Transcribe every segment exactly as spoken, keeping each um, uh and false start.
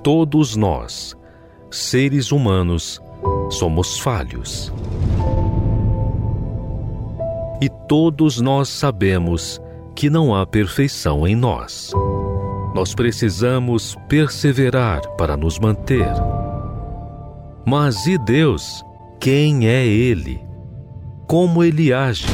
Todos nós, seres humanos, somos falhos. E todos nós sabemos que não há perfeição em nós. Nós precisamos perseverar para nos manter. Mas e Deus? Quem é Ele? Como Ele age?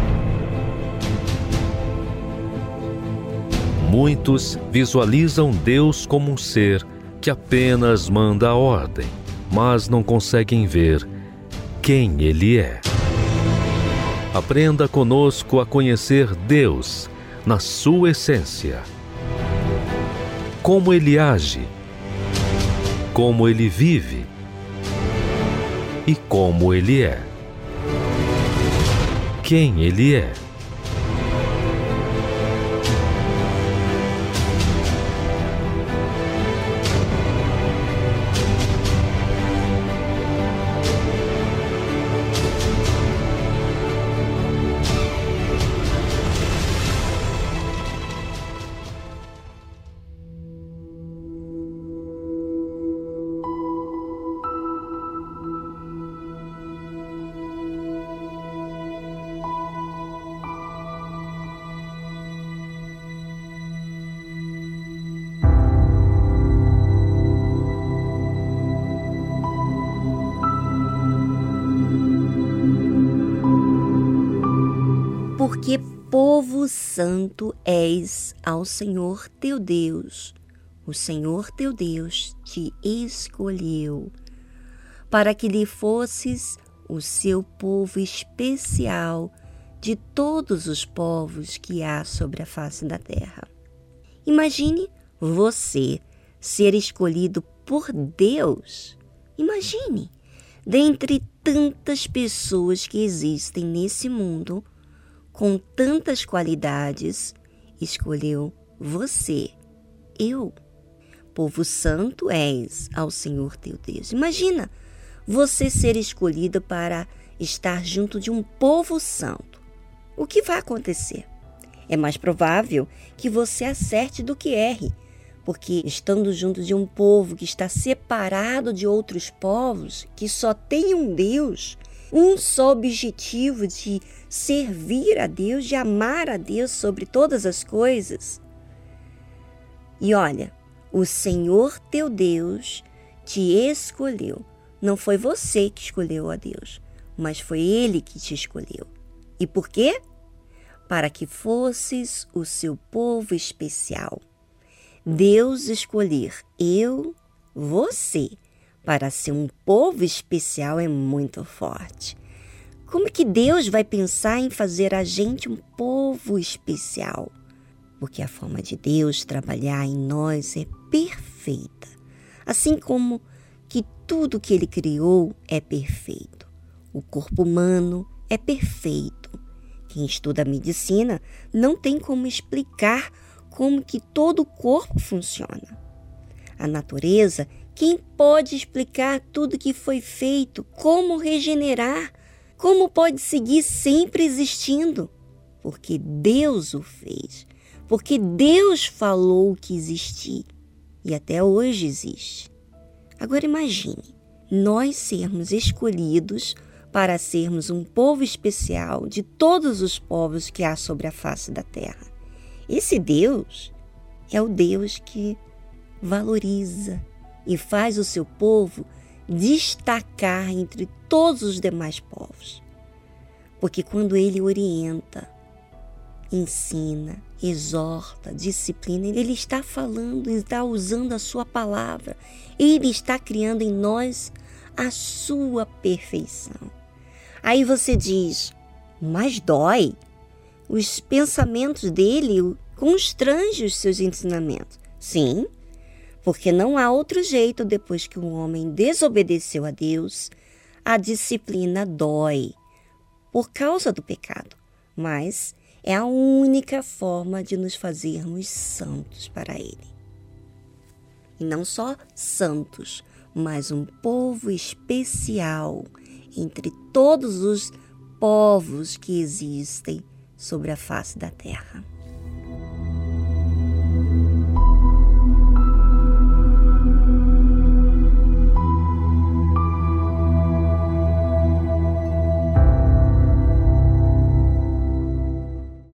Muitos visualizam Deus como um ser que apenas manda a ordem, mas não conseguem ver quem Ele é. Aprenda conosco a conhecer Deus na sua essência. Como Ele age, como Ele vive e como Ele é. Quem Ele é. Porque povo santo és ao Senhor teu Deus. O Senhor teu Deus te escolheu para que lhe fosses o seu povo especial de todos os povos que há sobre a face da terra. Imagine você ser escolhido por Deus. Imagine, dentre tantas pessoas que existem nesse mundo, com tantas qualidades, escolheu você, eu. Povo santo és ao Senhor teu Deus. Imagina você ser escolhida para estar junto de um povo santo. O que vai acontecer? É mais provável que você acerte do que erre, porque estando junto de um povo que está separado de outros povos, que só tem um Deus, um só objetivo de servir a Deus, de amar a Deus sobre todas as coisas. E olha, o Senhor teu Deus te escolheu. Não foi você que escolheu a Deus, mas foi Ele que te escolheu. E por quê? Para que fosses o seu povo especial. Deus escolher eu, você, para ser um povo especial é muito forte. Como que Deus vai pensar em fazer a gente um povo especial? Porque a forma de Deus trabalhar em nós é perfeita. Assim como que tudo que Ele criou é perfeito. O corpo humano é perfeito. Quem estuda medicina não tem como explicar como que todo o corpo funciona. A natureza, quem pode explicar tudo que foi feito, como regenerar, como pode seguir sempre existindo? Porque Deus o fez, porque Deus falou que existia e até hoje existe. Agora imagine, nós sermos escolhidos para sermos um povo especial de todos os povos que há sobre a face da terra. Esse Deus é o Deus que valoriza e faz o seu povo destacar entre todos os demais povos. Porque quando Ele orienta, ensina, exorta, disciplina, Ele está falando, Ele está usando a sua palavra. Ele está criando em nós a sua perfeição. Aí você diz, mas dói. Os pensamentos dele constrangem os seus ensinamentos. Sim, porque não há outro jeito depois que um homem desobedeceu a Deus, a disciplina dói por causa do pecado, mas é a única forma de nos fazermos santos para Ele. E não só santos, mas um povo especial entre todos os povos que existem sobre a face da terra.